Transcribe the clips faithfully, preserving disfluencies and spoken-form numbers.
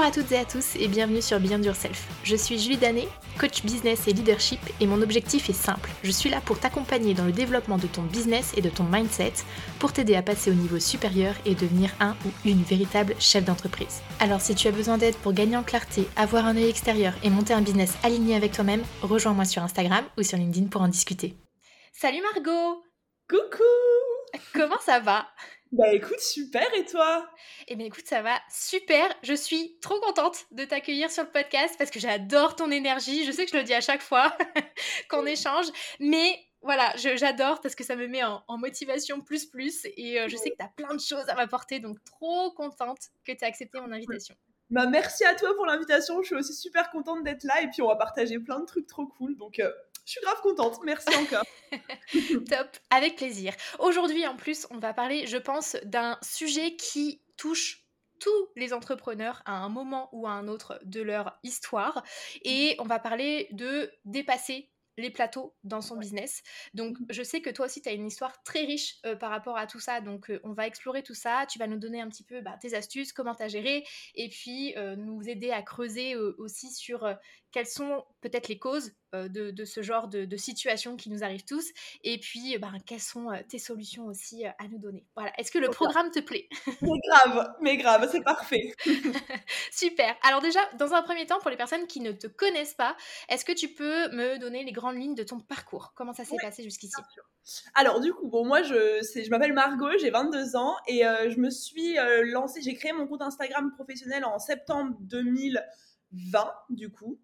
à toutes et à tous et bienvenue sur Beyond Yourself. Je suis Julie Danet, coach business et leadership et mon objectif est simple. Je suis là pour t'accompagner dans le développement de ton business et de ton mindset pour t'aider à passer au niveau supérieur et devenir un ou une véritable chef d'entreprise. Alors si tu as besoin d'aide pour gagner en clarté, avoir un œil extérieur et monter un business aligné avec toi-même, rejoins-moi sur Instagram ou sur LinkedIn pour en discuter. Salut Margot! Coucou! Comment ça va? Bah écoute, super, et toi? Eh bien écoute, ça va super. Je suis trop contente de t'accueillir sur le podcast parce que j'adore ton énergie. Je sais que je le dis à chaque fois qu'on échange, mais voilà, je, j'adore parce que ça me met en, en motivation plus plus et euh, je sais que tu as plein de choses à m'apporter, donc trop contente que tu aies accepté mon invitation. Bah merci à toi pour l'invitation, je suis aussi super contente d'être là et puis on va partager plein de trucs trop cool, donc euh, je suis grave contente, merci encore. Top, avec plaisir. Aujourd'hui en plus, on va parler, je pense, d'un sujet qui touche tous les entrepreneurs à un moment ou à un autre de leur histoire et on va parler de dépasser les plateaux dans son business. Donc je sais que toi aussi tu as une histoire très riche euh, par rapport à tout ça, donc euh, on va explorer tout ça, tu vas nous donner un petit peu bah, tes astuces, comment tu as géré et puis euh, nous aider à creuser euh, aussi sur euh, quelles sont peut-être les causes euh, de, de ce genre de, de situation qui nous arrivent tous et puis euh, bah, quelles sont euh, tes solutions aussi euh, à nous donner. Voilà, est-ce que le programme te plaît? Mais grave, mais grave, c'est parfait. Super. Alors déjà, dans un premier temps, pour les personnes qui ne te connaissent pas, est-ce que tu peux me donner les grandes lignes de ton parcours? Comment ça s'est Ouais, passé jusqu'ici? bien sûr. Alors du coup, bon moi je, c'est, je m'appelle Margot, j'ai vingt-deux ans et euh, je me suis euh, lancée, j'ai créé mon compte Instagram professionnel en septembre deux mille vingt du coup.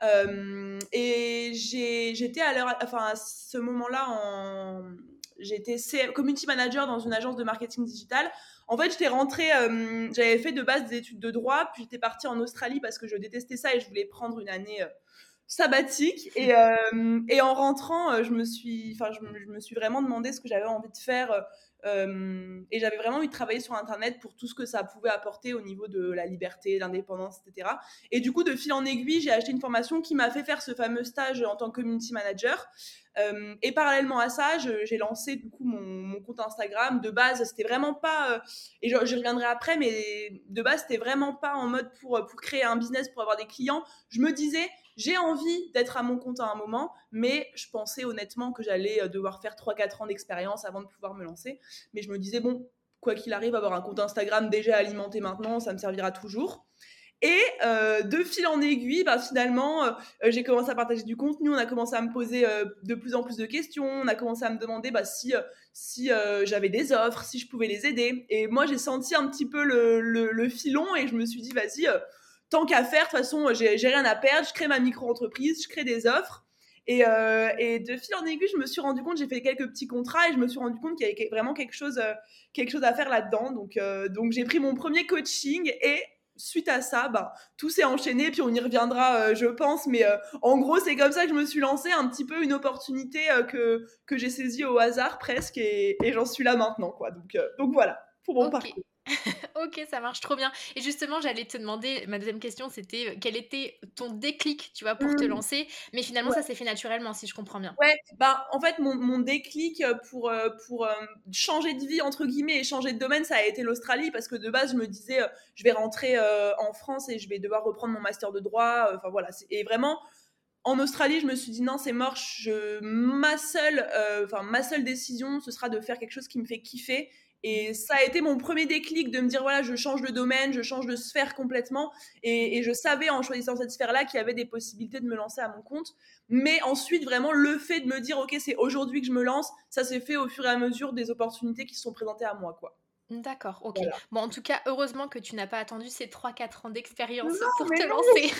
Euh, et j'ai, j'étais à l'heure, enfin à ce moment-là en, j'étais C- community manager dans une agence de marketing digital. En fait, j'étais rentrée, euh, j'avais fait de base des études de droit, puis j'étais partie en Australie parce que je détestais ça et je voulais prendre une année euh, sabbatique. Et, euh, et en rentrant, euh, je me suis, enfin, je, me- je me suis vraiment demandé ce que j'avais envie de faire. Euh, et j'avais vraiment envie de travailler sur Internet pour tout ce que ça pouvait apporter au niveau de la liberté, l'indépendance, et cetera. Et du coup, de fil en aiguille, j'ai acheté une formation qui m'a fait faire ce fameux stage en tant que community manager. Euh, et parallèlement à ça, je, j'ai lancé du coup mon, mon compte Instagram. De base, c'était vraiment pas, euh, et je, je reviendrai après, mais de base, c'était vraiment pas en mode pour, pour créer un business, pour avoir des clients. Je me disais, j'ai envie d'être à mon compte à un moment, mais je pensais honnêtement que j'allais devoir faire trois quatre ans d'expérience avant de pouvoir me lancer. Mais je me disais, bon, quoi qu'il arrive, avoir un compte Instagram déjà alimenté maintenant, ça me servira toujours. Et euh, de fil en aiguille, bah, finalement, euh, j'ai commencé à partager du contenu, on a commencé à me poser euh, de plus en plus de questions, on a commencé à me demander bah, si, euh, si euh, j'avais des offres, si je pouvais les aider. Et moi, j'ai senti un petit peu le, le, le filon et je me suis dit, vas-y, euh, tant qu'à faire, de toute façon, j'ai, j'ai rien à perdre, je crée ma micro-entreprise, je crée des offres. Et, euh, et de fil en aiguille, je me suis rendu compte, j'ai fait quelques petits contrats et je me suis rendu compte qu'il y avait vraiment quelque chose, euh, quelque chose à faire là-dedans. Donc, euh, donc j'ai pris mon premier coaching et suite à ça, bah, tout s'est enchaîné, puis on y reviendra, euh, je pense. Mais euh, en gros, c'est comme ça que je me suis lancée, un petit peu une opportunité euh, que, que j'ai saisie au hasard presque, et, et j'en suis là maintenant, quoi. Donc, euh, donc voilà, pour mon Ok. parcours. Ok, ça marche trop bien. Et justement, j'allais te demander, ma deuxième question, c'était euh, quel était ton déclic, tu vois, pour te Mmh, lancer. Mais finalement, ouais. ça s'est fait naturellement, si je comprends bien. Ouais, bah en fait mon, mon déclic pour euh, pour euh, changer de vie entre guillemets et changer de domaine, ça a été l'Australie parce que de base je me disais euh, je vais rentrer euh, en France et je vais devoir reprendre mon master de droit. Enfin voilà, c'est- et vraiment en Australie, je me suis dit non, c'est mort. Je, ma seule, euh, enfin ma seule décision, ce sera de faire quelque chose qui me fait kiffer. Et ça a été mon premier déclic de me dire voilà, je change de domaine, je change de sphère complètement. Et, et je savais en choisissant cette sphère-là qu'il y avait des possibilités de me lancer à mon compte. Mais ensuite, vraiment, le fait de me dire ok, c'est aujourd'hui que je me lance, ça s'est fait au fur et à mesure des opportunités qui se sont présentées à moi, quoi. D'accord, ok. Voilà. Bon, en tout cas, heureusement que tu n'as pas attendu ces trois quatre ans Non, d'expérience pour mais te non, lancer.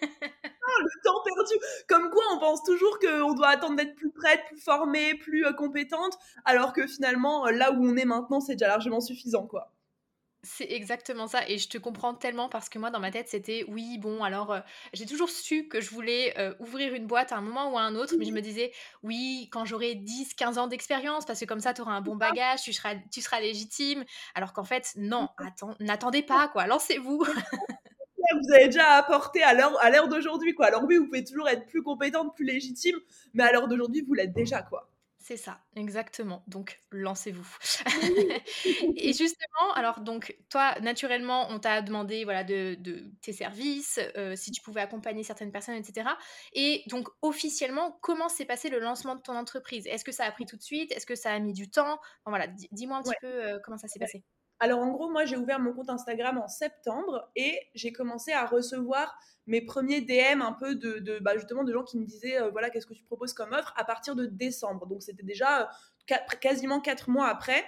le temps perdu. Comme quoi, on pense toujours qu'on doit attendre d'être plus prête, plus formée, plus euh, compétente, alors que finalement, euh, là où on est maintenant, c'est déjà largement suffisant, quoi. C'est exactement ça et je te comprends tellement parce que moi dans ma tête c'était oui bon alors euh, j'ai toujours su que je voulais euh, ouvrir une boîte à un moment ou à un autre mais je me disais oui quand j'aurai dix quinze ans d'expérience parce que comme ça tu auras un bon bagage, tu seras, tu seras légitime alors qu'en fait non, attends, n'attendez pas quoi, lancez-vous. Vous avez déjà apporté à l'heure, à l'heure d'aujourd'hui, quoi. Alors oui, vous pouvez toujours être plus compétente, plus légitime, mais à l'heure d'aujourd'hui, vous l'êtes déjà, quoi. C'est ça, exactement. Donc lancez-vous. Oui. Et justement, alors donc toi, naturellement, on t'a demandé, voilà, de de tes services, heu, si tu pouvais accompagner certaines personnes et cetera. Et donc officiellement, comment s'est passé le lancement de ton entreprise? Est-ce que ça a pris tout de suite? Est-ce que ça a mis du temps? Enfin voilà, dis dis-moi un petit Ouais, peu, heu, comment ça s'est ouais. passé? Alors en gros, moi j'ai ouvert mon compte Instagram en septembre et j'ai commencé à recevoir mes premiers D M un peu de, de bah, justement de gens qui me disaient euh, voilà qu'est-ce que tu proposes comme offre à partir de décembre. Donc c'était déjà euh, quatre- quasiment quatre mois après.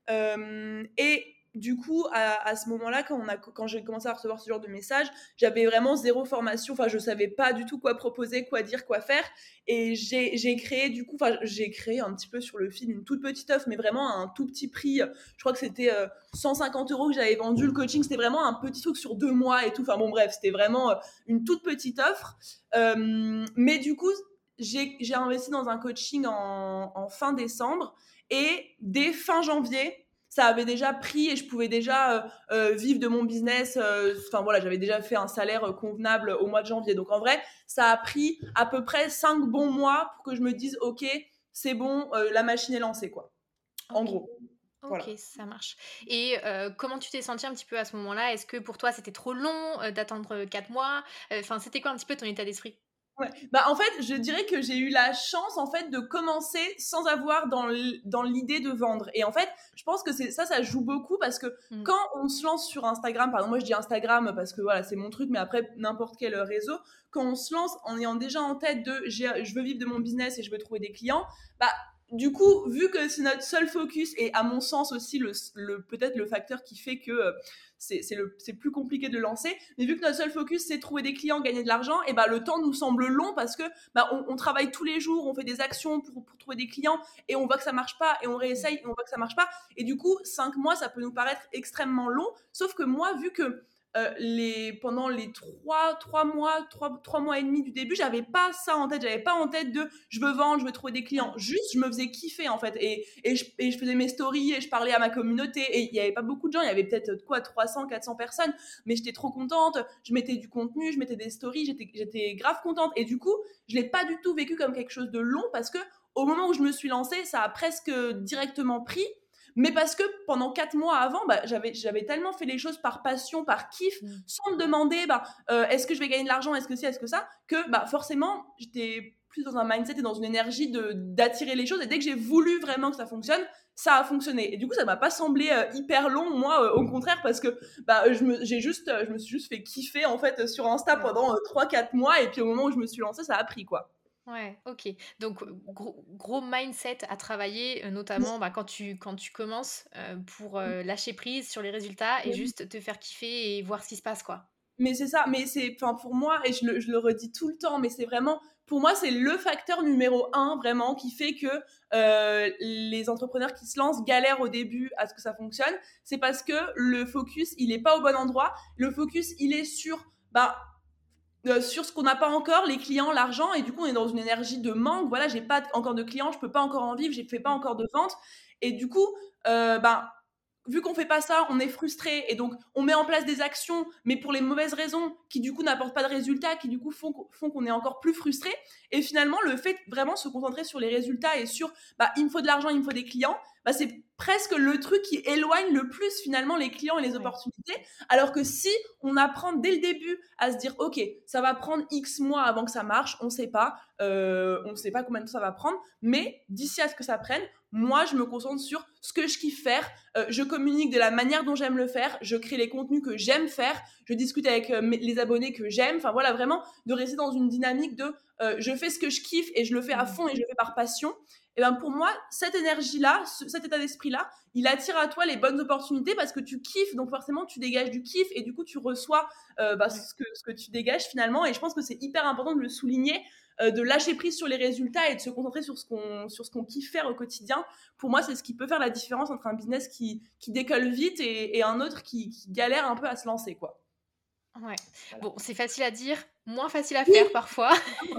Euh, et du coup, à, à ce moment-là, quand, on a, quand j'ai commencé à recevoir ce genre de messages, j'avais vraiment zéro formation. Enfin, je savais pas du tout quoi proposer, quoi dire, quoi faire. Et j'ai, j'ai créé du coup, enfin, j'ai créé un petit peu sur le fil une toute petite offre, mais vraiment à un tout petit prix. Je crois que c'était euh, cent cinquante euros que j'avais vendu le coaching. C'était vraiment un petit truc sur deux mois et tout. Enfin bon, bref, c'était vraiment euh, une toute petite offre. Euh, mais du coup, j'ai, j'ai investi dans un coaching en, en fin décembre et dès fin janvier, ça avait déjà pris et je pouvais déjà euh, euh, vivre de mon business. euh, Enfin voilà, j'avais déjà fait un salaire euh, convenable au mois de janvier. Donc en vrai, ça a pris à peu près cinq bons mois pour que je me dise, ok, c'est bon, euh, la machine est lancée, quoi. En OK. gros, OK, voilà. ça marche. Et heu, comment tu t'es sentie un petit peu à ce moment-là? Est-ce que pour toi c'était trop long, heu, d'attendre, heu, quatre mois? Heu, enfin, c'était quoi un petit peu ton état d'esprit? Ouais. Bah, en fait, je dirais que j'ai eu la chance, en fait, de commencer sans avoir dans l dans l'idée de vendre et en fait, je pense que c'est ça, ça joue beaucoup parce que Mmh. quand on se lance sur Instagram, par exemple, moi, je dis Instagram parce que, voilà, c'est mon truc, mais après, n'importe quel, réseau, quand on se lance en ayant déjà en tête de: «J'ai je veux vivre de mon business et je veux trouver des clients», bah, du coup, vu que c'est notre seul focus et à mon sens aussi le le peut-être le facteur qui fait que, heu, c'est c'est le c'est plus compliqué de lancer. Mais vu que notre seul focus c'est trouver des clients, gagner de l'argent, et bah le temps nous semble long parce que bah on, on travaille tous les jours, on fait des actions pour, pour trouver des clients et on voit que ça marche pas et on Mmh. réessaye et on voit que ça marche pas. Et du coup, cinq mois ça peut nous paraître extrêmement long. Sauf que moi, vu que euh, les, pendant les trois, trois mois, trois, trois mois et demi du début, j'avais pas ça en tête. J'avais pas en tête de je veux vendre, je veux trouver des clients. Ouais. Juste, je me faisais kiffer en fait. Et, et, je, et je faisais mes stories et je parlais à ma communauté. Et il y avait pas beaucoup de gens. Il y avait peut-être quoi, trois cents, quatre cents personnes. Mais j'étais trop contente. Je mettais du contenu, je mettais des stories. J'étais, j'étais grave contente. Et du coup, je l'ai pas du tout vécu comme quelque chose de long parce que au moment où je me suis lancée, ça a presque directement pris. Mais parce que pendant quatre mois avant, bah, j'avais, j'avais tellement fait les choses par passion, par kiff, Mmh. sans me demander bah, euh, est-ce que je vais gagner de l'argent, est-ce que c'est, est-ce que ça, que bah, forcément, j'étais plus dans un mindset et dans une énergie de, d'attirer les choses. Et dès que j'ai voulu vraiment que ça fonctionne, ça a fonctionné. Et du coup, ça m'a pas semblé euh, hyper long, moi, euh, au contraire, parce que bah, je, me, j'ai juste, euh, je me suis juste fait kiffer en fait sur Insta Ouais. pendant euh, trois quatre mois. Et puis au moment où je me suis lancée, ça a pris quoi. Ouais, OK. Donc, heu, gros gros mindset à travailler, heu, notamment, bah, quand tu quand tu commences, heu, pour, heu, lâcher prise sur les résultats et juste te faire kiffer et voir ce qui se passe, quoi. Mais c'est ça, mais c'est, enfin pour moi, et je le, je le redis tout le temps, mais c'est vraiment, pour moi, c'est le facteur numéro un vraiment qui fait que euh, les entrepreneurs qui se lancent galèrent au début à ce que ça fonctionne. C'est parce que le focus, il est pas au bon endroit. Le focus, il est sur, bah, euh, sur ce qu'on n'a pas encore, les clients, l'argent, et du coup, on est dans une énergie de manque. Voilà, j'ai pas encore de clients, je peux pas encore en vivre, je fais pas Mmh. encore de vente, et du coup, euh, ben vu qu'on fait pas ça, on est frustré et donc on met en place des actions, mais pour les mauvaises raisons, qui du coup n'apportent pas de résultats, qui du coup font, font qu'on est encore plus frustré. Et finalement, le fait de vraiment se concentrer sur les résultats et sur bah, il me faut de l'argent, il me faut des clients, bah, c'est presque le truc qui éloigne le plus finalement les clients et les Ouais. opportunités. Alors que si on apprend dès le début à se dire ok, ça va prendre X mois avant que ça marche, on sait pas, euh, on sait pas combien de temps ça va prendre, mais d'ici à ce que ça prenne, moi je me concentre sur ce que je kiffe faire, euh, je communique de la manière dont j'aime le faire, je crée les contenus que j'aime faire, je discute avec euh, les abonnés que j'aime, enfin voilà, vraiment de rester dans une dynamique de euh, je fais ce que je kiffe et je le fais à Mmh. fond et je le fais par passion. Et ben pour moi, cette énergie-là, ce, cet état d'esprit-là, il attire à toi les bonnes opportunités parce que tu kiffes, donc forcément tu dégages du kiff et du coup tu reçois euh, bah, Ouais. ce, que, ce que tu dégages finalement. Et je pense que c'est hyper important de le souligner, euh, de lâcher prise sur les résultats et de se concentrer sur ce qu'on, sur ce qu'on kiffe faire au quotidien. Pour moi, c'est ce qui peut faire la différence entre un business qui, qui décolle vite et, et un autre qui, qui galère un peu à se lancer, quoi. Ouais. Voilà. Bon, c'est facile à dire, moins facile à Oui, faire parfois.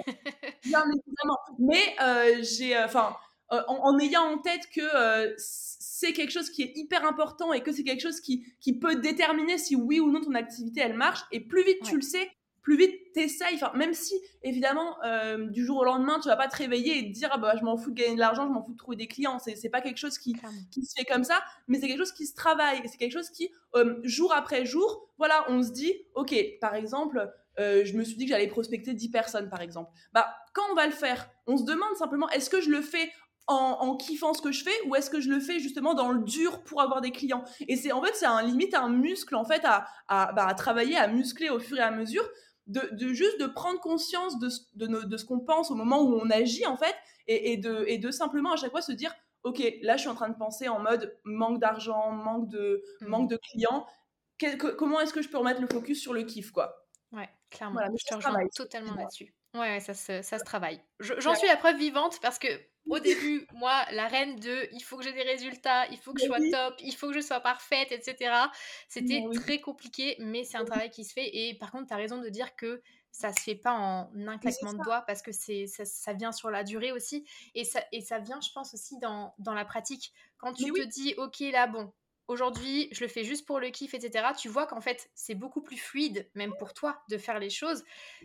bien évidemment. Mais euh, j'ai, enfin, euh, en, en ayant en tête que euh, c'est quelque chose qui est hyper important et que c'est quelque chose qui, qui peut déterminer si oui ou non ton activité elle marche. Et plus vite tu Ouais. le sais, plus vite t'essayes, enfin, même si évidemment euh, du jour au lendemain tu vas pas te réveiller et te dire ah bah je m'en fous de gagner de l'argent, je m'en fous de trouver des clients, c'est, c'est pas quelque chose qui, qui se fait comme ça, mais c'est quelque chose qui se travaille, c'est quelque chose qui euh, jour après jour, voilà, on se dit ok, par exemple euh, je me suis dit que j'allais prospecter dix personnes par exemple, bah quand on va le faire, on se demande simplement est-ce que je le fais En, en kiffant ce que je fais ou est-ce que je le fais justement dans le dur pour avoir des clients, et c'est en fait c'est un limite un muscle en fait à, à, bah, à travailler, à muscler au fur et à mesure de, de juste de prendre conscience de, de, nos, de ce qu'on pense au moment où on agit en fait, et, et, de, et de simplement à chaque fois se dire ok, là je suis en train de penser en mode manque d'argent, manque de, mmh. manque de clients, Quel, que, comment est-ce que je peux remettre le focus sur le kiff quoi. Ouais, clairement, voilà, je te rejoins totalement là-dessus. Ouais, ouais, ça se, ça se travaille. Je, j'en ouais. suis la preuve vivante parce que au début, moi, la reine de il faut que j'ai des résultats, il faut que je sois oui. top, il faut que je sois parfaite, et cetera. C'était oui. très compliqué, mais c'est un travail qui se fait. Et par contre, tu as raison de dire que ça se fait pas en un claquement de doigts parce que c'est, ça, ça vient sur la durée aussi. Et ça, et ça vient, je pense, aussi dans, dans la pratique. Quand tu mais te oui. dis, ok, là, bon, aujourd'hui, je le fais juste pour le kiff, et cetera. Tu vois qu'en fait, c'est beaucoup plus fluide, même pour toi, de faire les choses.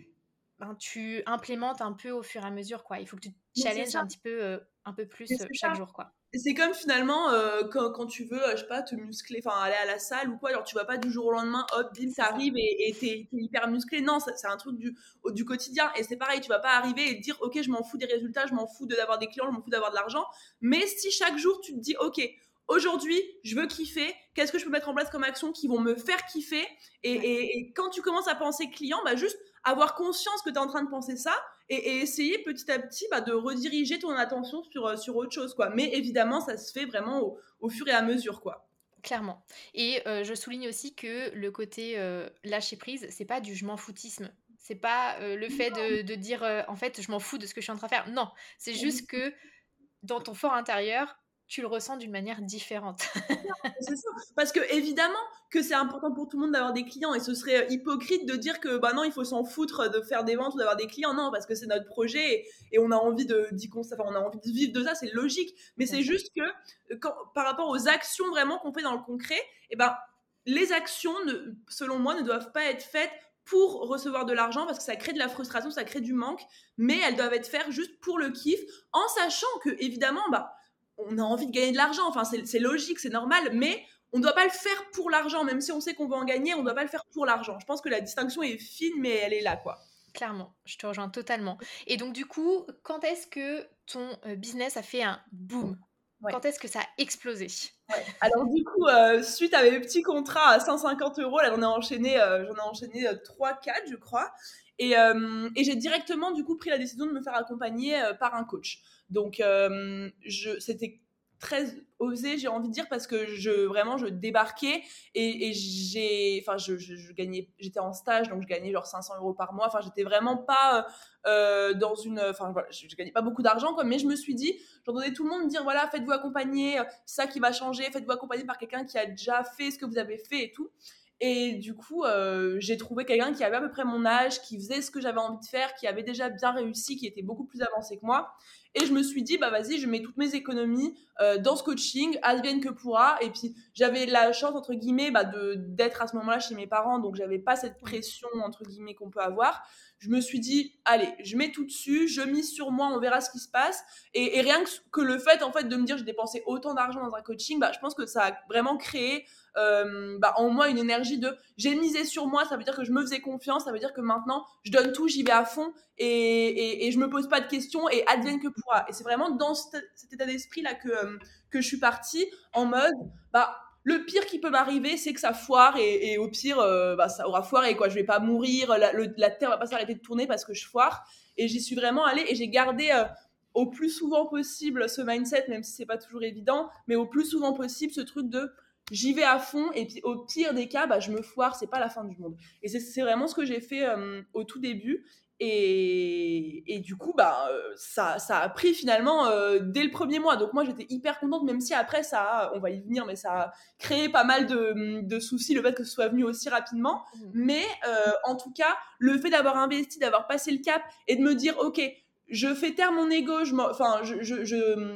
Ben, tu implémentes un peu au fur et à mesure, quoi. Il faut que tu te challenges un petit peu, euh, un peu plus euh, chaque ça. jour, quoi. C'est comme finalement euh, quand, quand tu veux, euh, je sais pas, te muscler, enfin aller à la salle ou quoi, alors tu vas pas du jour au lendemain, hop, bim, t'arrives et, et t'es, t'es hyper musclé. Non, ça, c'est un truc du, du quotidien. Et c'est pareil, tu vas pas arriver et te dire, ok, je m'en fous des résultats, je m'en fous de, d'avoir des clients, je m'en fous d'avoir de l'argent. Mais si chaque jour tu te dis, ok, aujourd'hui, je veux kiffer, qu'est-ce que je peux mettre en place comme action qui vont me faire kiffer, et, ouais. et, et quand tu commences à penser client, bah juste avoir conscience que tu es en train de penser ça, et, et essayer petit à petit bah, de rediriger ton attention sur, sur autre chose, quoi. Mais évidemment, ça se fait vraiment au, au fur et à mesure, quoi. Clairement. Et euh, je souligne aussi que le côté euh, lâcher prise, c'est pas du je m'en foutisme. C'est pas euh, le fait de, de dire euh, en fait je m'en fous de ce que je suis en train de faire. Non, c'est juste que dans ton fort intérieur, tu le ressens d'une manière différente. C'est ça. Parce que évidemment que c'est important pour tout le monde d'avoir des clients, et ce serait hypocrite de dire que bah non, il faut s'en foutre de faire des ventes ou d'avoir des clients. Non, parce que c'est notre projet, et, et on a envie de d'y enfin, on a envie de vivre de ça, c'est logique. Mais Bien c'est sûr. Juste que quand, par rapport aux actions vraiment qu'on fait dans le concret, et ben les actions, ne, selon moi, ne doivent pas être faites pour recevoir de l'argent, parce que ça crée de la frustration, ça crée du manque, mais elles doivent être faites juste pour le kiff, en sachant que évidemment bah on a envie de gagner de l'argent, enfin c'est, c'est logique, c'est normal, mais on ne doit pas le faire pour l'argent, même si on sait qu'on va en gagner, on ne doit pas le faire pour l'argent. Je pense que la distinction est fine, mais elle est là, quoi. Clairement, je te rejoins totalement. Et donc du coup, quand est-ce que ton business a fait un boom ? Ouais. Quand est-ce que ça a explosé ? Ouais. Alors du coup, euh, suite à mes petits contrats à cent cinquante euros, là j'en ai enchaîné, euh, j'en ai enchaîné euh, trois quatre, je crois. Et, euh, et j'ai directement du coup pris la décision de me faire accompagner euh, par un coach. Donc euh, je, c'était très osé, j'ai envie de dire, parce que je vraiment je débarquais et, et j'ai, enfin je, je, je gagnais, j'étais en stage, donc je gagnais genre cinq cents euros par mois. Enfin j'étais vraiment pas euh, dans une, enfin voilà, je, je gagnais pas beaucoup d'argent, quoi. Mais je me suis dit, j'entendais tout le monde me dire voilà, faites-vous accompagner, ça qui va changer, faites-vous accompagner par quelqu'un qui a déjà fait ce que vous avez fait et tout. Et du coup, euh, j'ai trouvé quelqu'un qui avait à peu près mon âge, qui faisait ce que j'avais envie de faire, qui avait déjà bien réussi, qui était beaucoup plus avancé que moi. Et je me suis dit, bah vas-y, je mets toutes mes économies euh, dans ce coaching, advienne que pourra. Et puis, j'avais la chance, entre guillemets, bah, de, d'être à ce moment-là chez mes parents, donc j'avais pas cette pression, entre guillemets, qu'on peut avoir. Je me suis dit, allez, je mets tout dessus, je mise sur moi, on verra ce qui se passe. Et, et rien que, que le fait, en fait, de me dire, j'ai dépensé autant d'argent dans un coaching, bah, je pense que ça a vraiment créé Euh, bah, en moi une énergie de j'ai misé sur moi, ça veut dire que je me faisais confiance, ça veut dire que maintenant je donne tout, j'y vais à fond, et, et, et je me pose pas de questions, et advienne que pourra. Et c'est vraiment dans cet, cet état d'esprit là que, euh, que je suis partie, en mode bah le pire qui peut m'arriver c'est que ça foire, et, et au pire euh, bah, ça aura foiré, quoi. Je vais pas mourir, la, le, la terre va pas s'arrêter de tourner parce que je foire. Et j'y suis vraiment allée, et j'ai gardé euh, au plus souvent possible ce mindset, même si c'est pas toujours évident, mais au plus souvent possible ce truc de j'y vais à fond, et puis au pire des cas, bah, je me foire, c'est pas la fin du monde. Et c'est, c'est vraiment ce que j'ai fait euh, au tout début. Et, et du coup, bah, ça, ça a pris finalement euh, dès le premier mois. Donc moi, j'étais hyper contente, même si après, ça a, on va y venir, mais ça a créé pas mal de, de soucis, le fait que ce soit venu aussi rapidement. Mmh. Mais euh, en tout cas, le fait d'avoir investi, d'avoir passé le cap, et de me dire, ok, je fais taire mon ego, je, enfin, je, je, je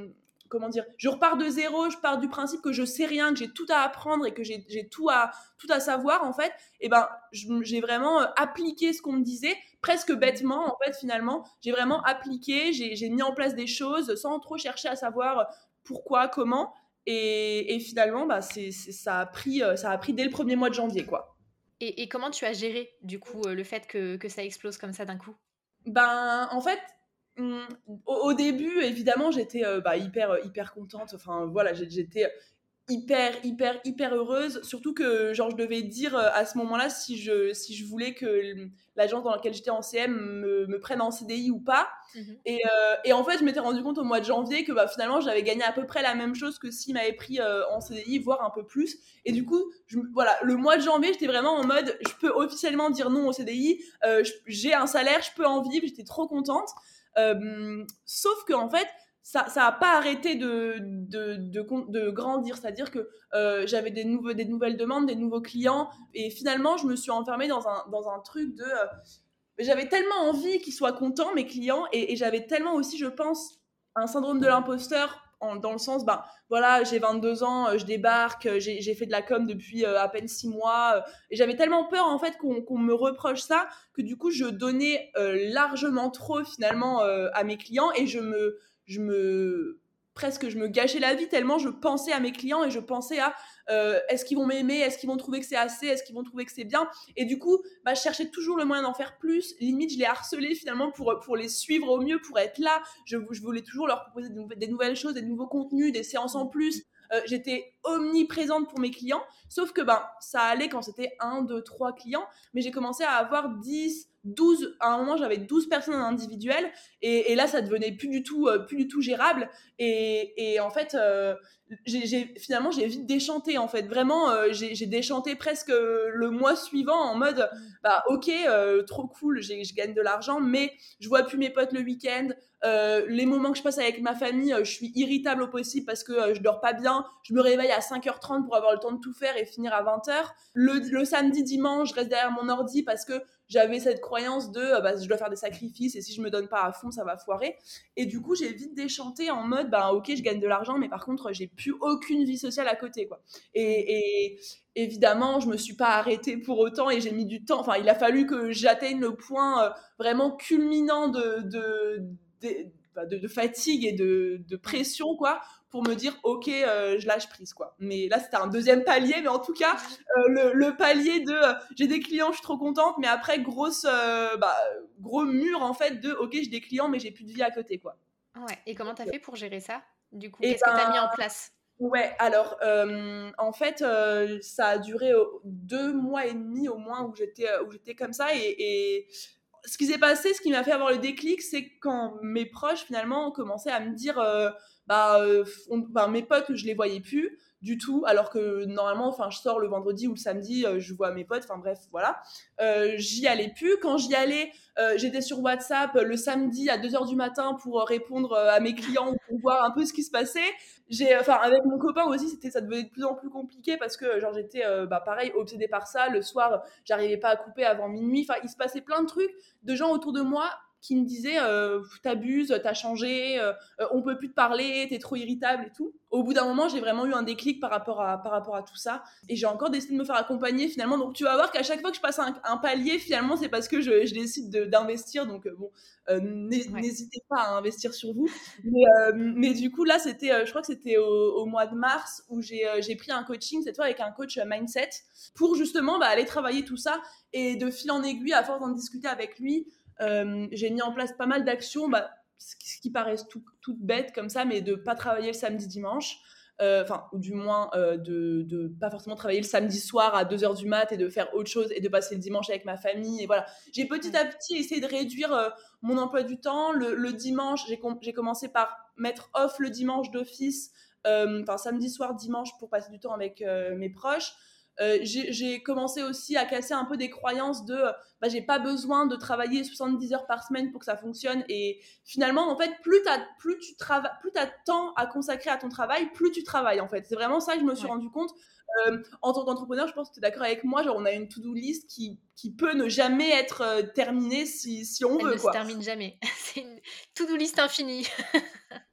comment dire, je repars de zéro, je pars du principe que je sais rien, que j'ai tout à apprendre et que j'ai, j'ai tout à tout à savoir en fait, et ben je- j'ai vraiment euh, appliqué ce qu'on me disait presque bêtement en fait finalement, j'ai vraiment appliqué, j'ai, j'ai mis en place des choses sans trop chercher à savoir pourquoi, comment, et, et finalement bah c'est, c'est- ça a pris euh, ça a pris dès le premier mois de janvier quoi. Et, et comment tu as géré, du coup, euh, le fait que, que ça explose comme ça d'un coup? Ben, en fait, mmh, au, au début, évidemment, j'étais euh, bah, hyper, euh, hyper contente. Enfin, voilà, j'ai- j'étais hyper, hyper, hyper heureuse. Surtout que, genre, je devais dire euh, à ce moment-là si je, si je voulais que l- l'agence dans laquelle j'étais en C M me, me prenne en C D I ou pas. Mhm. Et, euh, et en fait, je m'étais rendu compte au mois de janvier que bah, finalement, j'avais gagné à peu près la même chose que s'il m'avait pris euh, en C D I, voire un peu plus. Et du coup, je, voilà, le mois de janvier, j'étais vraiment en mode, je peux officiellement dire non au C D I, euh, je- j'ai un salaire, je peux en vivre, j'étais trop contente. Euh, sauf que en fait, ça ça a pas arrêté de, de, de, de grandir, c'est-à-dire que euh, j'avais des, nouveaux, des nouvelles demandes, des nouveaux clients, et finalement, je me suis enfermée dans un, dans un truc de... euh, j'avais tellement envie qu'ils soient contents, mes clients, et, et j'avais tellement aussi, je pense, un syndrome de l'imposteur, en, dans le sens, ben voilà, j'ai vingt-deux ans, euh, je débarque, euh, j'ai, j'ai fait de la com depuis euh, à peine six mois, euh, et j'avais tellement peur, en fait, qu'on, qu'on me reproche ça, que du coup, je donnais euh, largement trop, finalement, euh, à mes clients, et je me, je me, presque, je me gâchais la vie tellement je pensais à mes clients, et je pensais à, euh, est-ce qu'ils vont m'aimer, est-ce qu'ils vont trouver que c'est assez, est-ce qu'ils vont trouver que c'est bien, et du coup, bah, je cherchais toujours le moyen d'en faire plus. Limite, je les harcelais finalement pour, pour les suivre au mieux, pour être là. Je, je voulais toujours leur proposer des, nouvelles, des nouvelles choses, des nouveaux contenus, des séances en plus. Euh, j'étais omniprésente pour mes clients. Sauf que ben, ça allait quand c'était un, deux, trois clients. Mais j'ai commencé à avoir dix, douze. À un moment, j'avais douze personnes en individuel. Et, et là, ça devenait plus du tout, euh, plus du tout gérable. Et, et en fait, euh, j'ai, j'ai, finalement, j'ai vite déchanté. En fait, vraiment, euh, j'ai, j'ai déchanté presque le mois suivant en mode bah ok, euh, trop cool, j'ai, je gagne de l'argent, mais je vois plus mes potes le week-end. Euh, les moments que je passe avec ma famille, euh, je suis irritable au possible parce que euh, je dors pas bien. Je me réveille à cinq heures trente pour avoir le temps de tout faire et finir à vingt heures. Le, le samedi, dimanche, je reste derrière mon ordi parce que j'avais cette croyance de euh, bah, je dois faire des sacrifices et si je me donne pas à fond, ça va foirer. Et du coup, j'ai vite déchanté en mode bah ok, je gagne de l'argent, mais par contre, j'ai plus aucune vie sociale à côté, quoi. Et, et, évidemment, je me suis pas arrêtée pour autant et j'ai mis du temps. Enfin, il a fallu que j'atteigne le point euh, vraiment culminant de, de, de, bah, de, de fatigue et de, de pression, quoi, pour me dire, ok, euh, je lâche prise, quoi. Mais là, c'était un deuxième palier, mais en tout cas, euh, le, le palier de euh, j'ai des clients, je suis trop contente, mais après, grosse, euh, bah, gros mur, en fait, de ok, j'ai des clients, mais j'ai plus de vie à côté, quoi. Ouais. Et comment t'as fait pour gérer ça? Du coup, Et qu'est-ce que t'as ben, mis en place? ouais, alors euh, en fait, euh, ça a duré euh, deux mois et demi au moins où j'étais euh, où j'étais comme ça et, et ce qui s'est passé, ce qui m'a fait avoir le déclic, c'est quand mes proches finalement ont commencé à me dire, euh, bah, euh, on- bah, mes potes, je les voyais plus du tout, alors que normalement, enfin, je sors le vendredi ou le samedi, euh, je vois mes potes, enfin bref, voilà. Euh, j'y allais plus. Quand j'y allais, euh, j'étais sur WhatsApp euh, le samedi à deux heures du matin pour euh, répondre euh, à mes clients ou pour voir un peu ce qui se passait. J'ai, enfin, avec mon copain aussi, c'était, ça devenait de plus en plus compliqué parce que, genre, j'étais, euh, bah, pareil, obsédée par ça. Le soir, j'arrivais pas à couper avant minuit. Enfin, il se passait plein de trucs de gens autour de moi qui me disaient euh, t'abuses, t'as changé, euh, euh, on peut plus te parler, t'es trop irritable et tout. Au bout d'un moment, j'ai vraiment eu un déclic par rapport à, par rapport à tout ça. Et j'ai encore décidé de me faire accompagner finalement. Donc tu vas voir qu'à chaque fois que je passe un, un palier, finalement, c'est parce que je, je décide de, d'investir. Donc euh, bon, euh, Ouais. n'hésitez pas à investir sur vous. Mais, euh, mais du coup, là, c'était, euh, je crois que c'était au, au mois de mars où j'ai, euh, j'ai pris un coaching, cette fois avec un coach mindset, pour justement bah, aller travailler tout ça. Et de fil en aiguille, à force d'en discuter avec lui, euh, j'ai mis en place pas mal d'actions, bah, ce qui paraissent tout, toutes bêtes comme ça, mais de pas travailler le samedi dimanche. Enfin, euh, ou du moins euh, de, de pas forcément travailler le samedi soir à deux heures du mat et de faire autre chose et de passer le dimanche avec ma famille. Et voilà, j'ai petit à petit essayé de réduire euh, mon emploi du temps. Le, le dimanche, j'ai, com- j'ai commencé par mettre off le dimanche d'office, enfin euh, samedi soir, dimanche pour passer du temps avec euh, mes proches. Euh, j'ai, j'ai commencé aussi à casser un peu des croyances de euh, bah, j'ai pas besoin de travailler soixante-dix heures par semaine pour que ça fonctionne. Et finalement, en fait, plus, t'as, plus tu travailles, plus tu as de temps à consacrer à ton travail, plus tu travailles, en fait. C'est vraiment ça que je me suis Ouais. rendu compte. Euh, en tant qu'entrepreneur, je pense que tu es d'accord avec moi, genre on a une to-do list qui, qui peut ne jamais être euh, terminée si, si on Elle veut, ne se quoi. termine jamais. C'est une to-do list infinie.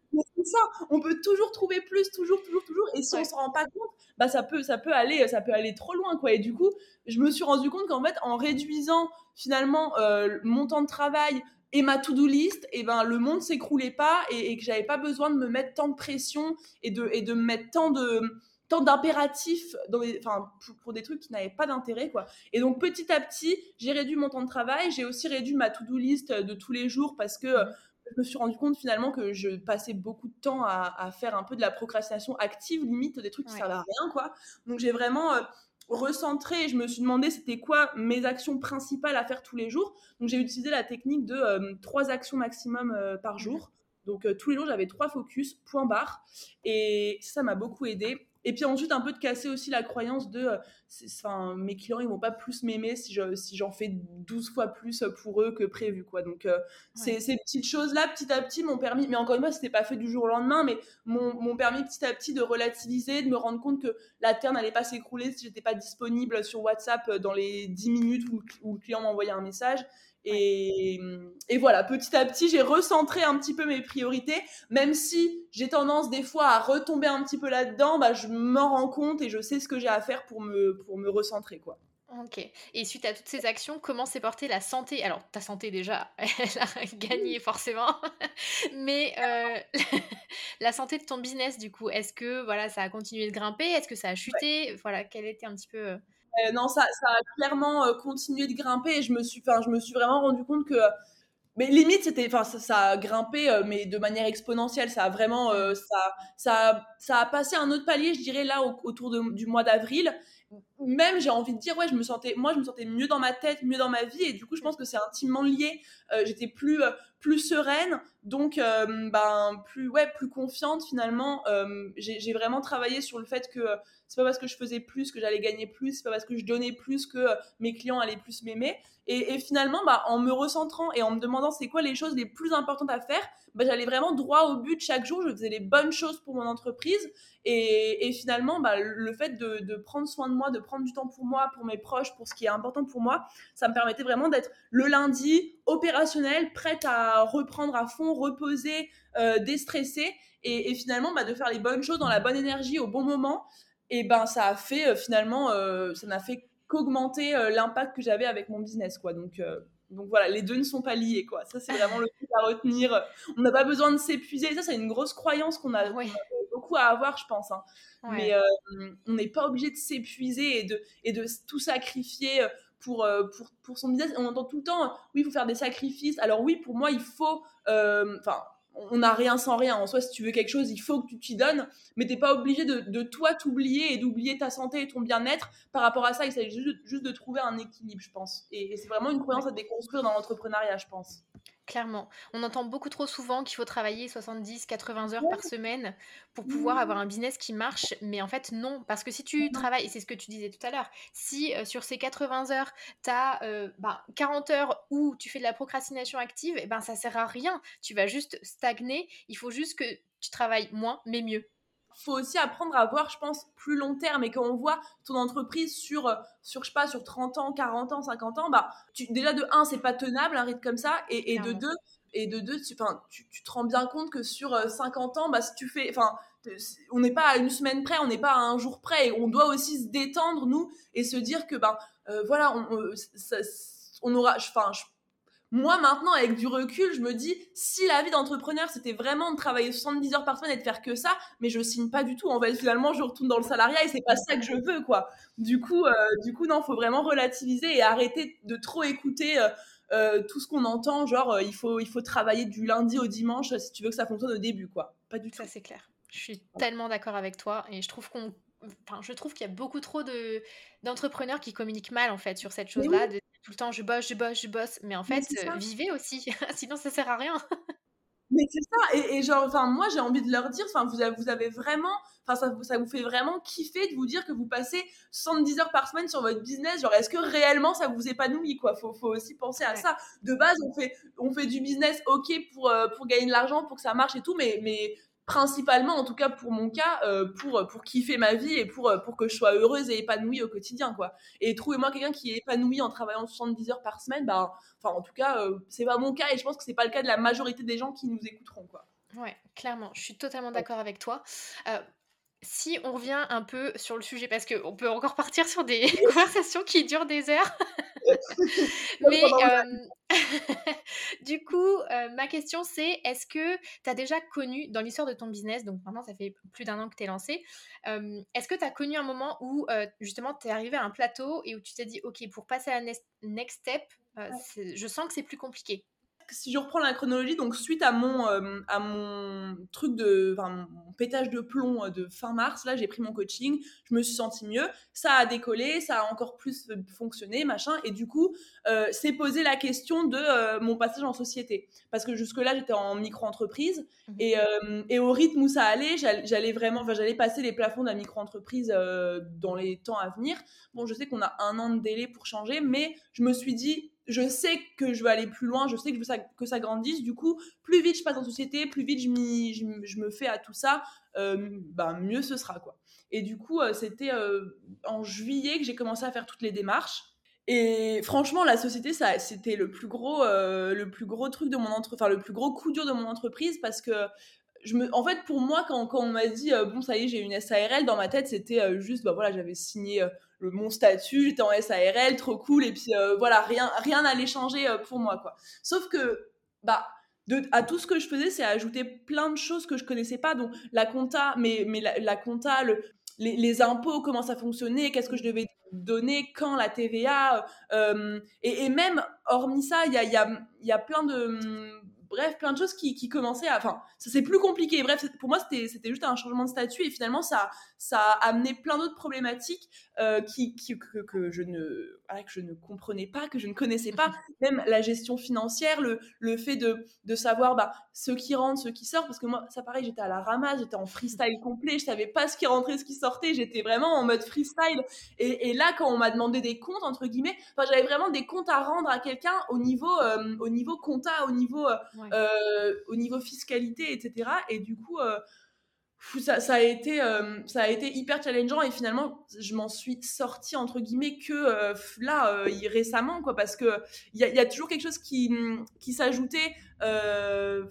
c'est ça, on peut toujours trouver plus, toujours, toujours, toujours. Et si ouais. on se rend pas compte, bah ça peut, ça peut aller, ça peut aller trop loin, quoi. Et du coup, je me suis rendu compte qu'en fait, en réduisant finalement euh, mon temps de travail et ma to-do list, et ben le monde s'écroulait pas et, et que j'avais pas besoin de me mettre tant de pression et de et de me mettre tant de tant d'impératifs dans les, enfin, pour, pour des trucs qui n'avaient pas d'intérêt, quoi. Et donc petit à petit, j'ai réduit mon temps de travail, j'ai aussi réduit ma to-do list de tous les jours parce que euh, je me suis rendu compte finalement que je passais beaucoup de temps à, à faire un peu de la procrastination active, limite des trucs qui ouais. servent à rien, quoi. Donc j'ai vraiment euh, recentré et je me suis demandé c'était quoi mes actions principales à faire tous les jours. Donc j'ai utilisé la technique de euh, trois actions maximum euh, par jour. Donc euh, tous les jours j'avais trois focus, point barre, et ça m'a beaucoup aidé. Et puis ensuite un peu de casser aussi la croyance de euh, enfin mes clients ils vont pas plus m'aimer si je si j'en fais douze fois plus pour eux que prévu, quoi. Donc euh, ouais. c'est, ces petites choses là petit à petit m'ont permis, mais encore une fois c'était pas fait du jour au lendemain, mais m'ont, m'ont permis petit à petit de relativiser, de me rendre compte que la terre n'allait pas s'écrouler si j'étais pas disponible sur WhatsApp dans les dix minutes où, où le client m'envoyait un message. Et, et voilà, petit à petit, j'ai recentré un petit peu mes priorités, même si j'ai tendance des fois à retomber un petit peu là-dedans, bah, je m'en rends compte et je sais ce que j'ai à faire pour me, pour me recentrer, quoi. Ok. Et suite à toutes ces actions, comment s'est portée la santé? Alors, ta santé déjà, elle a gagné forcément, mais euh, la santé de ton business, du coup, est-ce que voilà, ça a continué de grimper? Est-ce que ça a chuté? Ouais. Voilà, quel était un petit peu... Euh, non, ça, ça a clairement euh, continué de grimper et je me suis, enfin, je me suis vraiment rendu compte que, mais limite, c'était, enfin, ça, ça a grimpé, euh, mais de manière exponentielle. Ça a vraiment, euh, ça, ça, ça a passé un autre palier, je dirais là, au, autour de, du mois d'avril. Même, j'ai envie de dire, ouais, je me sentais, moi, je me sentais mieux dans ma tête, mieux dans ma vie, et du coup, je pense que c'est intimement lié. Euh, j'étais plus, euh, plus sereine, donc, euh, ben, plus, ouais, plus confiante finalement. Euh, j'ai, j'ai vraiment travaillé sur le fait que euh, c'est pas parce que je faisais plus que j'allais gagner plus, c'est pas parce que je donnais plus que euh, mes clients allaient plus m'aimer. Et, et finalement, bah, en me recentrant et en me demandant c'est quoi les choses les plus importantes à faire, bah, j'allais vraiment droit au but chaque jour. Je faisais les bonnes choses pour mon entreprise. Et, et finalement, bah, le fait de, de prendre soin de moi, de prendre du temps pour moi, pour mes proches, pour ce qui est important pour moi, ça me permettait vraiment d'être le lundi opérationnelle, prête à reprendre à fond, reposer, euh, déstresser. Et, et finalement, bah, de faire les bonnes choses dans la bonne énergie au bon moment. Et ben, ça a fait euh, finalement, euh, ça n'a fait qu'augmenter euh, l'impact que j'avais avec mon business, quoi. Donc, euh, donc voilà, les deux ne sont pas liés, quoi. Ça, c'est vraiment le truc à retenir. On n'a pas besoin de s'épuiser. Ça, c'est une grosse croyance qu'on a, ouais. qu'on a beaucoup à avoir, je pense. Hein. Ouais. Mais euh, on n'est pas obligé de s'épuiser et de, et de tout sacrifier pour, pour, pour son business. On entend tout le temps, oui, il faut faire des sacrifices. Alors oui, pour moi, il faut... Enfin... Euh, on n'a rien sans rien. En soi, si tu veux quelque chose, il faut que tu t'y donnes, mais t'es pas obligé de, de toi t'oublier et d'oublier ta santé et ton bien-être. Par rapport à ça, il s'agit juste, juste de trouver un équilibre, je pense. Et, et c'est vraiment une croyance à déconstruire dans l'entrepreneuriat, je pense. Clairement. On entend beaucoup trop souvent qu'il faut travailler soixante-dix, quatre-vingts heures ouais. par semaine pour pouvoir mmh. avoir un business qui marche, mais en fait non, parce que si tu non. travailles, et c'est ce que tu disais tout à l'heure, si euh, sur ces quatre-vingts heures, tu as euh, bah, quarante heures où tu fais de la procrastination active, et ben ça sert à rien, tu vas juste stagner, il faut juste que tu travailles moins, mais mieux. Faut aussi apprendre à voir, je pense, plus long terme. Et quand on voit ton entreprise sur, sur je sais pas, sur trente ans, quarante ans, cinquante ans, bah, tu, déjà de un, c'est pas tenable un rythme comme ça. Et, et de deux, et de deux tu, tu, tu te rends bien compte que sur cinquante ans, bah, si tu fais, enfin, on n'est pas à une semaine près, on n'est pas à un jour près. Et on doit aussi se détendre, nous, et se dire que, ben, euh, voilà, on, on, ça, on aura, enfin, je, moi, maintenant, avec du recul, je me dis, si la vie d'entrepreneur, c'était vraiment de travailler soixante-dix heures par semaine et de faire que ça, mais je signe pas du tout. En fait, finalement, je retourne dans le salariat et c'est pas ça que je veux, quoi. Du coup, euh, du coup, non, faut vraiment relativiser et arrêter de trop écouter euh, euh, tout ce qu'on entend. Genre, euh, il faut, il faut travailler du lundi au dimanche si tu veux que ça fonctionne au début, quoi. Pas du tout. Ça, c'est clair. Je suis tellement d'accord avec toi et je trouve qu'on Enfin, je trouve qu'il y a beaucoup trop de, d'entrepreneurs qui communiquent mal en fait sur cette chose-là, oui. de tout le temps je bosse, je bosse, je bosse, mais en fait, mais euh, vivez aussi, sinon ça sert à rien. Mais c'est ça, et, et genre, enfin, moi j'ai envie de leur dire, enfin, vous avez, vous avez vraiment, enfin, ça, ça vous fait vraiment kiffer de vous dire que vous passez soixante-dix heures par semaine sur votre business, genre, est-ce que réellement ça vous épanouit, quoi? Faut, faut aussi penser à ouais. ça. De base, on fait, on fait du business, ok, pour, euh, pour gagner de l'argent, pour que ça marche et tout, mais, mais principalement, en tout cas pour mon cas, euh, pour, pour kiffer ma vie et pour, pour que je sois heureuse et épanouie au quotidien, quoi. Et trouvez-moi quelqu'un qui est épanoui en travaillant soixante-dix heures par semaine, bah, enfin, en tout cas, euh, c'est pas mon cas et je pense que c'est pas le cas de la majorité des gens qui nous écouteront, quoi. Ouais, clairement, je suis totalement Ouais. d'accord avec toi. Heu, si on revient un peu sur le sujet, parce qu'on peut encore partir sur des conversations qui durent des heures. Comme Mais, pendant hem, du coup, heu, ma question c'est, est-ce que tu as déjà connu dans l'histoire de ton business, donc maintenant ça fait plus d'un an que tu es lancée, hem, est-ce que tu as connu un moment où, heu, justement tu es arrivée à un plateau et où tu t'es dit: «OK, pour passer à la nest next step, heu, Ouais. c'est je sens que c'est plus compliqué»? Si je reprends la chronologie, donc suite à mon, euh, à mon truc de, enfin, mon pétage de plomb de fin mars, là, j'ai pris mon coaching, je me suis sentie mieux, ça a décollé, ça a encore plus fonctionné, machin, et du coup, euh, c'est posé la question de euh, mon passage en société. Parce que jusque-là, j'étais en micro-entreprise, Mmh. et, euh, et au rythme où ça allait, j'allais, j'allais vraiment, enfin, j'allais passer les plafonds de la micro-entreprise euh, dans les temps à venir. Bon, je sais qu'on a un an de délai pour changer, mais je me suis dit, je sais que je veux aller plus loin, je sais que je veux ça, que ça grandisse. Du coup, plus vite je passe en société, plus vite je, m'y, je, je me fais à tout ça, euh, bah, mieux ce sera, quoi. Et du coup, euh, c'était euh, en juillet que j'ai commencé à faire toutes les démarches. Et franchement, la société, ça, c'était le plus gros, euh, le plus gros truc de mon entreprise, enfin le plus gros coup dur de mon entreprise, parce que je me, en fait, pour moi, quand, quand on m'a dit euh, bon, ça y est, j'ai une S A R L, dans ma tête, c'était euh, juste, bah voilà, j'avais signé euh, le, mon statut, j'étais en S A R L, trop cool, et puis euh, voilà, rien, rien n'allait changer euh, pour moi, quoi. Sauf que, bah, de, à tout ce que je faisais, c'est ajouter plein de choses que je connaissais pas, donc la compta, mais, mais la, la compta, le, les, les impôts, comment ça fonctionnait, qu'est-ce que je devais donner, quand la T V A, euh, et, et même, hormis ça, il y a, y, a, y a plein de bref, plein de choses qui, qui commençaient à... Enfin, ça c'est plus compliqué. Bref, pour moi, c'était, c'était juste un changement de statut et finalement, ça, ça a amené plein d'autres problématiques euh, qui, qui, que, que, je ne, voilà, que je ne comprenais pas, que je ne connaissais pas. Même la gestion financière, le, le fait de, de savoir bah, ceux qui rentrent, ceux qui sortent. Parce que moi, ça pareil, j'étais à la ramasse, j'étais en freestyle complet, je savais pas ce qui rentrait, ce qui sortait. J'étais vraiment en mode freestyle. Et, et là, quand on m'a demandé des comptes, entre guillemets, enfin, j'avais vraiment des comptes à rendre à quelqu'un au niveau, euh, au niveau compta, au niveau... Euh, Ouais. euh, au niveau fiscalité, et cetera. Et du coup, euh, ça, ça, a été, euh, ça a été hyper challengeant et finalement, je m'en suis sortie, entre guillemets, que euh, là, euh, récemment, quoi, parce qu'il y a, y a toujours quelque chose qui, qui s'ajoutait. Euh,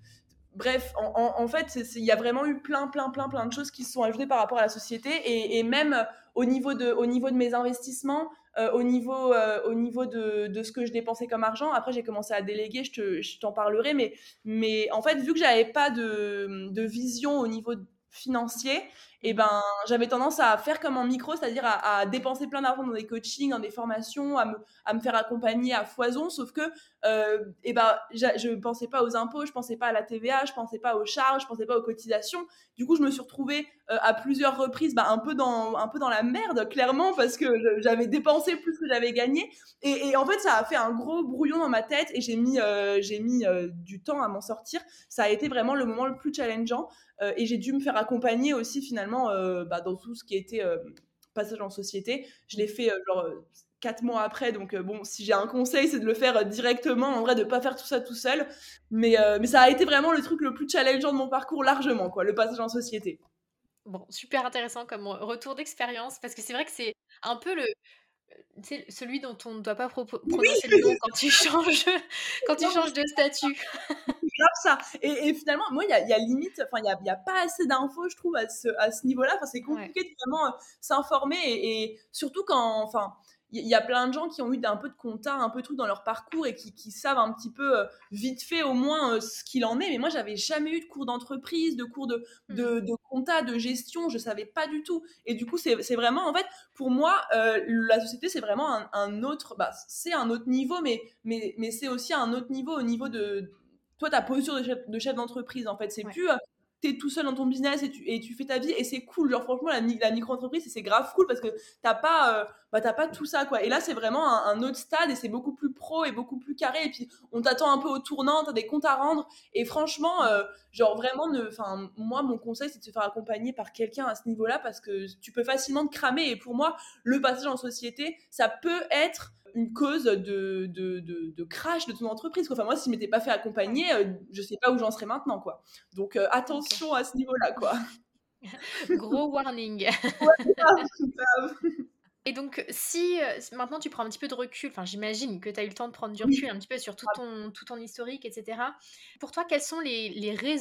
Bref, en, en, en fait, il y a vraiment eu plein, plein, plein, plein de choses qui se sont ajoutées par rapport à la société et, et même euh, au niveau de, au niveau de mes investissements, euh, au niveau, euh, au niveau de, de ce que je dépensais comme argent. Après, j'ai commencé à déléguer, je, te, je t'en parlerai, mais, mais en fait, vu que j'avais pas de, de vision au niveau financier, et ben, j'avais tendance à faire comme en micro, c'est-à-dire à, à dépenser plein d'argent dans des coachings, dans des formations, à me, à me faire accompagner à foison, sauf que euh, et ben, je ne pensais pas aux impôts, je pensais pas à la T V A, je pensais pas aux charges, je pensais pas aux cotisations. Du coup, je me suis retrouvée euh, à plusieurs reprises bah, un, peu dans, un peu dans la merde, clairement, parce que je, j'avais dépensé plus que j'avais gagné. Et, et, en fait, ça a fait un gros brouillon dans ma tête et j'ai mis, euh, j'ai mis euh, du temps à m'en sortir. Ça a été vraiment le moment le plus challengeant. Euh, et j'ai dû me faire accompagner aussi, finalement, euh, bah, dans tout ce qui était euh, passage en société. Je l'ai fait, euh, genre... quatre mois après, donc euh, bon, si j'ai un conseil, c'est de le faire directement, en vrai, de pas faire tout ça tout seul, mais, euh, mais ça a été vraiment le truc le plus challengeant de mon parcours, largement, quoi, le passage en société. Bon, super intéressant comme retour d'expérience, parce que c'est vrai que c'est un peu le tu sais, celui dont on ne doit pas propo prononcer le nom quand tu changes quand tu Non, mais changes de statut. c'est grave ça. Et, et finalement, moi, il y a, y a limite, enfin, il n'y a, y a pas assez d'infos, je trouve, à ce, à ce niveau-là. Enfin, c'est Ouais. compliqué de vraiment euh, s'informer. Et, et surtout quand, enfin, il y a plein de gens qui ont eu un peu de compta, un peu de trucs dans leur parcours et qui, qui savent un petit peu euh, vite fait au moins euh, ce qu'il en est. Mais moi, j'avais jamais eu de cours d'entreprise, de cours de, Mmh. de, de compta, de gestion. Je savais pas du tout. Et du coup, c'est c'est vraiment, en fait, pour moi, euh, la société, c'est vraiment un, un autre, bah, c'est un autre niveau, mais, mais, mais c'est aussi un autre niveau au niveau de toi, ta posture de chef, de chef d'entreprise, en fait. C'est Ouais. plus, euh, t'es tout seul dans ton business et tu, et tu fais ta vie et c'est cool. Genre, franchement, la, la micro-entreprise, c'est grave cool parce que t'as pas, euh, bah, t'as pas tout ça, quoi. Et là, c'est vraiment un, un autre stade et c'est beaucoup plus pro et beaucoup plus carré. Et puis, on t'attend un peu au tournant, t'as des comptes à rendre. Et franchement, euh, genre, vraiment, ne, enfin, moi, mon conseil, c'est de se faire accompagner par quelqu'un à ce niveau-là parce que tu peux facilement te cramer. Et pour moi, le passage en société, ça peut être une cause de, de, de, de crash de ton entreprise. Quoi. Enfin, moi, si je m'étais pas fait Ouais. accompagner, euh, je sais pas où j'en serais maintenant. Quoi. Donc, euh, OK. attention à ce niveau-là. Quoi. Gros warning. Ouais, grave, grave. Et donc si, heu, s maintenant tu prends un petit peu de recul, enfin j'imagine que tu as eu le temps de prendre du Oui, recul un petit peu sur tout ton tout ton historique et cetera. Pour toi, quelles sont les les raisons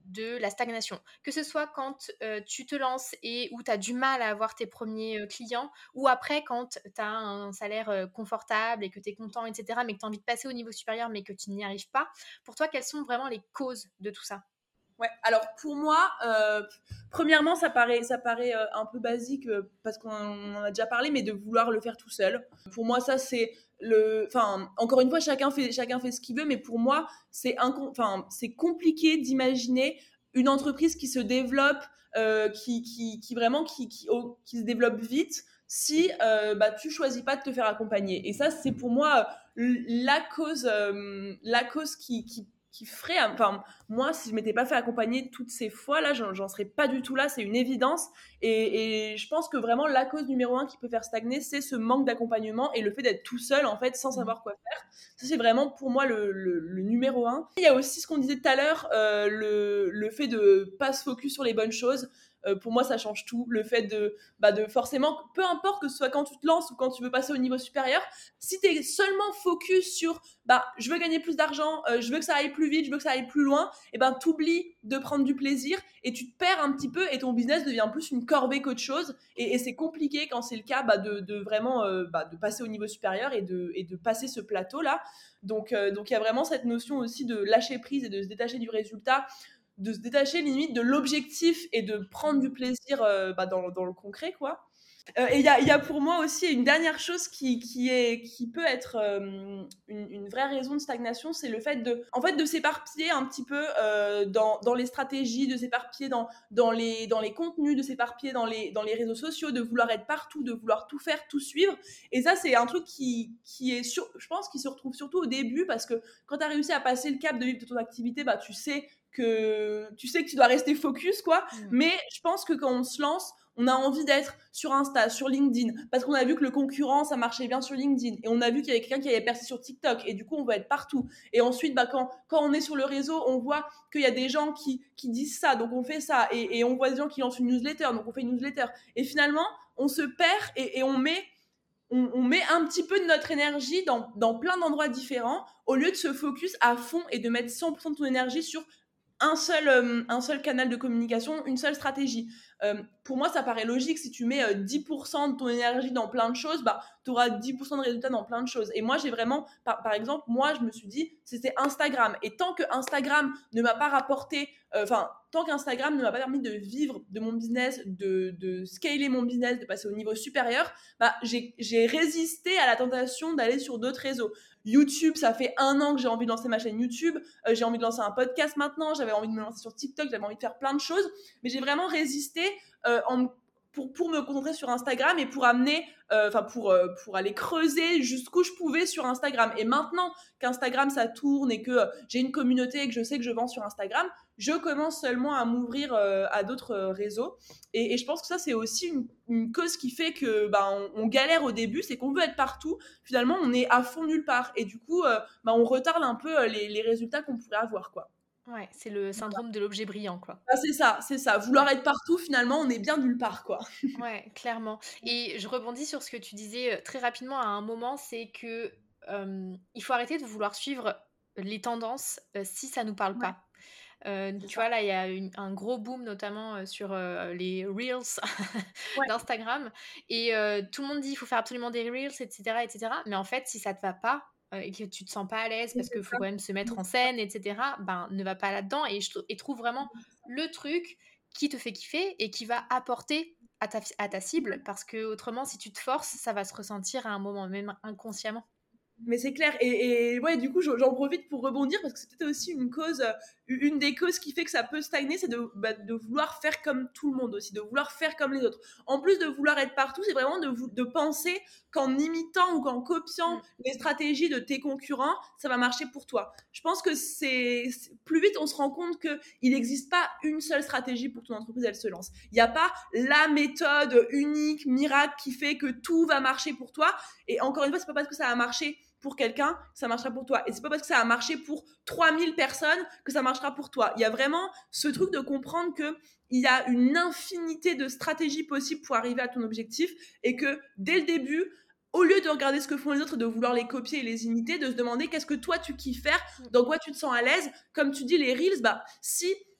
de la stagnation. Que ce soit quand euh, tu te lances et où tu as du mal à avoir tes premiers euh, clients, ou après quand tu as un salaire euh, confortable et que tu es content, et cetera, mais que tu as envie de passer au niveau supérieur, mais que tu n'y arrives pas. Pour toi, quelles sont vraiment les causes de tout ça? Ouais, alors pour moi, euh, premièrement, ça paraît, ça paraît euh, un peu basique euh, parce qu'on en a déjà parlé, mais de vouloir le faire tout seul. Pour moi, ça c'est le, enfin, encore une fois, chacun fait, chacun fait ce qu'il veut, mais pour moi, c'est incon- enfin, c'est compliqué d'imaginer une entreprise qui se développe, euh, qui, qui, qui vraiment, qui, qui, oh, qui se développe vite. Si euh, bah, tu choisis pas de te faire accompagner. Et ça, c'est pour moi euh, la cause, euh, la cause qui, qui, qui ferait, enfin, moi, si je m'étais pas fait accompagner toutes ces fois, là, j'en, j'en serais pas du tout là, c'est une évidence. Et, et je pense que vraiment, la cause numéro un qui peut faire stagner, c'est ce manque d'accompagnement et le fait d'être tout seul, en fait, sans Mmh. savoir quoi faire. Ça, c'est vraiment pour moi le, le, le numéro un. Il y a aussi ce qu'on disait tout à l'heure, euh, le, le fait de pas se focus sur les bonnes choses. Euh, pour moi, ça change tout. Le fait de, bah, de forcément, peu importe que ce soit quand tu te lances ou quand tu veux passer au niveau supérieur, si tu es seulement focus sur bah, je veux gagner plus d'argent, euh, je veux que ça aille plus vite, je veux que ça aille plus loin, et ben t'oublies de prendre du plaisir et tu te perds un petit peu et ton business devient plus une corvée qu'autre chose. Et, et c'est compliqué quand c'est le cas bah, de, de vraiment euh, bah, de passer au niveau supérieur et de, et de passer ce plateau-là. Donc euh, donc il y a vraiment cette notion aussi de lâcher prise et de se détacher du résultat, de se détacher limite de l'objectif et de prendre du plaisir euh, bah, dans, dans le concret, quoi. Euh, et il y a, y a pour moi aussi une dernière chose qui, qui, est, qui peut être euh, une, une vraie raison de stagnation, c'est le fait de, en fait, de s'éparpiller un petit peu euh, dans, dans les stratégies, de s'éparpiller dans, dans, les, dans les contenus, de s'éparpiller dans les, dans les réseaux sociaux, de vouloir être partout, de vouloir tout faire, tout suivre. Et ça, c'est un truc qui, qui est, sur, je pense, qui se retrouve surtout au début parce que quand tu as réussi à passer le cap de vivre de ton activité, bah, tu sais que tu sais que tu dois rester focus, quoi. Mmh. Mais je pense que quand on se lance, on a envie d'être sur Insta, sur LinkedIn, parce qu'on a vu que le concurrent, ça marchait bien sur LinkedIn, et on a vu qu'il y avait quelqu'un qui avait percé sur TikTok, et du coup, on veut être partout. Et ensuite, bah, quand, quand on est sur le réseau, on voit qu'il y a des gens qui, qui disent ça, donc on fait ça, et, et on voit des gens qui lancent une newsletter, donc on fait une newsletter. Et finalement, on se perd et, et on met on, on, met un petit peu de notre énergie dans, dans plein d'endroits différents, au lieu de se focus à fond et de mettre cent pour cent de ton énergie sur un seul, euh, un seul canal de communication, une seule stratégie. Euh, pour moi, ça paraît logique. Si tu mets euh, dix pour cent de ton énergie dans plein de choses, bah, tu auras dix pour cent de résultats dans plein de choses. Et moi, j'ai vraiment, par, par exemple, moi, je me suis dit, c'était Instagram. Et tant que Instagram ne m'a pas rapporté, enfin, euh, tant qu'Instagram ne m'a pas permis de vivre de mon business, de, de scaler mon business, de passer au niveau supérieur, bah, j'ai, j'ai résisté à la tentation d'aller sur d'autres réseaux. YouTube, ça fait un an que j'ai envie de lancer ma chaîne YouTube, euh, j'ai envie de lancer un podcast maintenant, j'avais envie de me lancer sur TikTok, j'avais envie de faire plein de choses, mais j'ai vraiment résisté euh, en, pour, pour me concentrer sur Instagram et pour amener, enfin euh, pour, euh, pour aller creuser jusqu'où je pouvais sur Instagram. Et maintenant qu'Instagram ça tourne et que euh, j'ai une communauté et que je sais que je vends sur Instagram, je commence seulement à m'ouvrir euh, à d'autres euh, réseaux. Et, et je pense que ça, c'est aussi une, une cause qui fait que bah, on, on galère au début, c'est qu'on veut être partout. Finalement, on est à fond nulle part. Et du coup, euh, bah, on retarde un peu les, les résultats qu'on pourrait avoir, quoi. Ouais, c'est le syndrome de l'objet brillant, quoi. Ah, c'est ça, c'est ça. Vouloir Ouais. être partout, finalement, on est bien nulle part, quoi. Ouais, clairement. Et je rebondis sur ce que tu disais, heu, très rapidement à un moment, c'est que, hem, il faut arrêter de vouloir suivre les tendances, heu, si ça nous parle Ouais, pas. Heu, c'est tu ça. vois, là, il y a une un gros boom notamment, heu, sur, heu, les reels Ouais, d'Instagram et heu, tout le monde dit: «Il faut faire absolument des reels» et cetera et cetera. Mais en fait, si ça te va pas, heu, et que tu te sens pas à l'aise c'est parce qu'il faut ça. quand même se mettre en C'est scène et cetera, ben, ne va pas là-dedans et je trou et trouve vraiment le truc qui te fait kiffer et qui va apporter à ta à ta cible parce que autrement, si tu te forces, ça va se ressentir à un moment, même inconsciemment. Mais c'est clair. Et, et ouais, du coup, j'en profite pour rebondir parce que c'est peut-être aussi une cause, euh, une des causes qui fait que ça peut stagner, c'est de, bah, de vouloir faire comme tout le monde aussi, de vouloir faire comme les autres. En plus de vouloir être partout, c'est vraiment de, de penser qu'en imitant ou qu'en copiant Mmh. les stratégies de tes concurrents, ça va marcher pour toi. Je pense que c'est plus vite on se rend compte que il n'existe pas une seule stratégie pour que ton entreprise elle se lance. Il n'y a pas la méthode unique, miracle qui fait que tout va marcher pour toi. Et encore une fois, c'est pas parce que ça a marché pour quelqu'un, ça marchera pour toi. Et c'est pas parce que ça a marché pour trois mille personnes que ça marchera pour toi. Il y a vraiment ce truc de comprendre que il y a une infinité de stratégies possibles pour arriver à ton objectif et que dès le début, au lieu de regarder ce que font les autres et de vouloir les copier et les imiter, de se demander qu'est-ce que toi tu kiffes faire, Mmh. dans quoi tu te sens à l'aise. Comme tu dis, les reels, bah si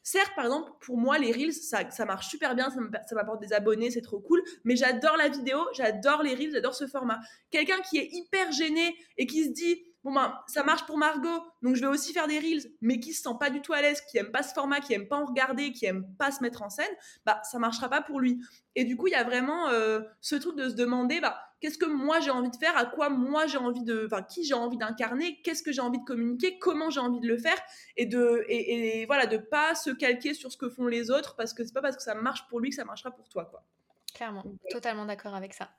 certes, par exemple, pour moi, les Reels, ça, ça marche super bien, ça, me, ça m'apporte des abonnés, c'est trop cool, mais j'adore la vidéo, j'adore les Reels, j'adore ce format. Quelqu'un qui est hyper gêné et qui se dit, bon ben, ça marche pour Margot, donc je vais aussi faire des Reels, mais qui se sent pas du tout à l'aise, qui aime pas ce format, qui aime pas en regarder, qui aime pas se mettre en scène, bah ça marchera pas pour lui. Et du coup, il y a vraiment euh, ce truc de se demander, bah, qu'est-ce que moi j'ai envie de faire, à quoi moi j'ai envie de, enfin, qui j'ai envie d'incarner, qu'est-ce que j'ai envie de communiquer, comment j'ai envie de le faire, et de, et, et voilà, de pas se calquer sur ce que font les autres, parce que c'est pas parce que ça marche pour lui que ça marchera pour toi, quoi. Clairement, donc, voilà. Totalement d'accord avec ça.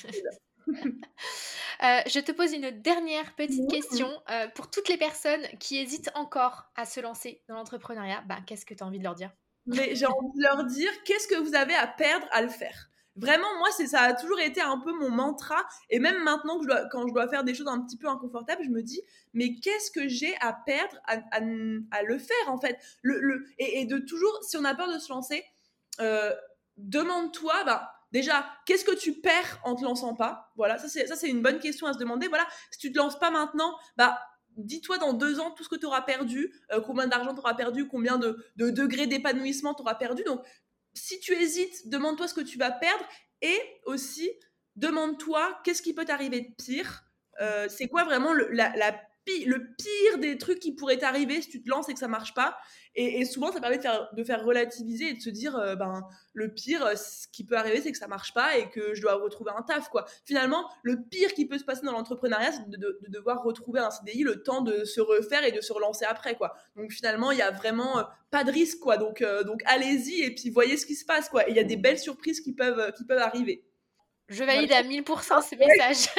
euh, je te pose une dernière petite mmh. question. Euh, pour toutes les personnes qui hésitent encore à se lancer dans l'entrepreneuriat, bah, qu'est-ce que tu as envie de leur dire? Mais j'ai envie de leur dire, qu'est-ce que vous avez à perdre à le faire? Vraiment, moi, c'est, ça a toujours été un peu mon mantra. Et même maintenant, que je dois, quand je dois faire des choses un petit peu inconfortables, je me dis, mais qu'est-ce que j'ai à perdre à, à, à le faire, en fait le, le, et, et de toujours, si on a peur de se lancer, euh, demande-toi, bah, déjà, qu'est-ce que tu perds en te lançant pas? Voilà, ça c'est, ça, c'est une bonne question à se demander. Voilà, si tu te lances pas maintenant, bah, dis-toi dans deux ans tout ce que tu auras perdu, euh, combien d'argent tu auras perdu, combien de, de degrés d'épanouissement tu auras perdu. Donc, si tu hésites, demande-toi ce que tu vas perdre et aussi, demande-toi qu'est-ce qui peut t'arriver de pire. Euh, c'est quoi vraiment le, la, la pi- le pire des trucs qui pourrait t'arriver si tu te lances et que ça marche pas. Et, et souvent, ça permet de faire, de faire relativiser et de se dire, euh, ben, le pire, ce qui peut arriver, c'est que ça marche pas et que je dois retrouver un taf, quoi. Finalement, le pire qui peut se passer dans l'entrepreneuriat, c'est de, de, de devoir retrouver un C D I, le temps de se refaire et de se relancer après, quoi. Donc finalement, il y a vraiment euh, pas de risque, quoi. Donc, euh, donc allez-y et puis voyez ce qui se passe, quoi. Et il y a des belles surprises qui peuvent, euh, qui peuvent arriver. Je valide voilà. À mille pour cent ce message.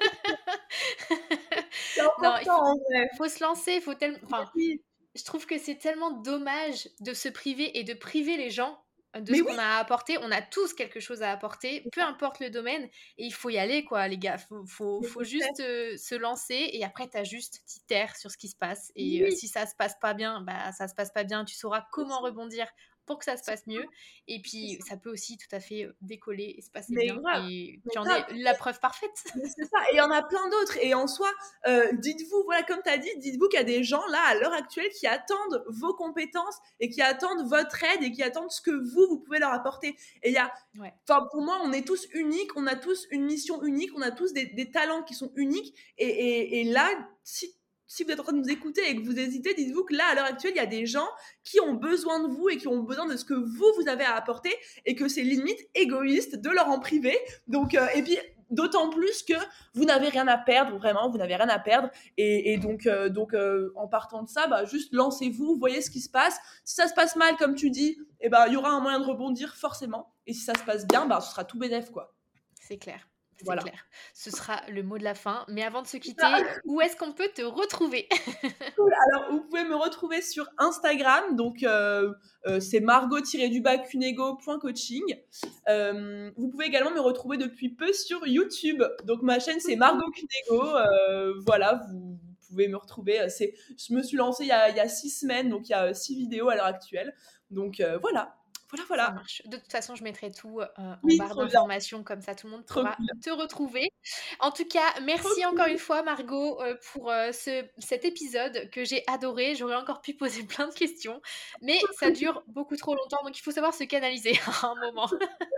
C'est important, non, il faut, en vrai. Faut se lancer, faut tellement... Enfin, oui. Je trouve que c'est tellement dommage de se priver et de priver les gens de Mais ce oui. qu'on a à apporter. On a tous quelque chose à apporter, peu importe le domaine, et il faut y aller, quoi, les gars. Faut, faut, faut juste euh, se lancer, et après, t'as juste t'iter sur ce qui se passe. Et oui. euh, si ça se passe pas bien, bah, ça se passe pas bien. Tu sauras comment rebondir pour que ça se passe mieux. Et puis, ça peut aussi tout à fait décoller et se passer mais bien. Grave, et tu en grave. es la preuve parfaite. Mais c'est ça. Et il y en a plein d'autres. Et en soi, euh, dites-vous, voilà, comme tu as dit, dites-vous qu'il y a des gens là, à l'heure actuelle, qui attendent vos compétences et qui attendent votre aide et qui attendent ce que vous, vous pouvez leur apporter. Et il y a, ouais. pour moi, on est tous uniques, on a tous une mission unique, on a tous des, des talents qui sont uniques. Et, et, et là, si si vous êtes en train de nous écouter et que vous hésitez, dites-vous que là, à l'heure actuelle, il y a des gens qui ont besoin de vous et qui ont besoin de ce que vous, vous avez à apporter et que c'est limite égoïste de leur en priver. Donc, euh, et puis, d'autant plus que vous n'avez rien à perdre, vraiment, vous n'avez rien à perdre. Et, et donc, euh, donc euh, en partant de ça, bah, juste lancez-vous, voyez ce qui se passe. Si ça se passe mal, comme tu dis, eh ben, il y aura un moyen de rebondir forcément. Et si ça se passe bien, bah, ce sera tout bénef, quoi. C'est clair. C'est voilà. clair. Ce sera le mot de la fin. Mais avant de se quitter, ah. où est-ce qu'on peut te retrouver? Cool. Alors, vous pouvez me retrouver sur Instagram. Donc, euh, euh, c'est margot-cunego point coaching. Euh, vous pouvez également me retrouver depuis peu sur YouTube. Donc, ma chaîne, c'est Margot Cunego. Euh, voilà, vous pouvez me retrouver. C'est, je me suis lancée il y a, il y a six semaines. Donc, il y a six vidéos à l'heure actuelle. Donc, euh, voilà. Voilà, voilà. Ça marche. De toute façon, je mettrai tout euh, en oui, barre d'informations, comme ça tout le monde pourra cool. te retrouver. En tout cas, merci trop encore cool. une fois, Margot, euh, pour euh, ce, cet épisode que j'ai adoré. J'aurais encore pu poser plein de questions, mais trop ça dure beaucoup trop longtemps, donc il faut savoir se canaliser à un moment.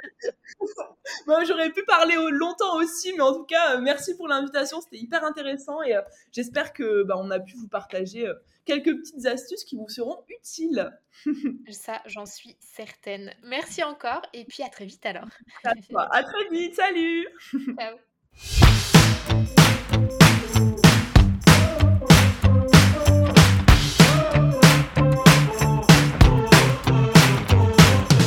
Moi, j'aurais pu parler longtemps aussi, mais en tout cas, euh, merci pour l'invitation. C'était hyper intéressant et euh, j'espère que bah, on a pu vous partager euh, quelques petites astuces qui vous seront utiles. Ça, j'en suis certaine. Merci encore et puis à très vite alors. À toi. À très vite. Salut. Ciao.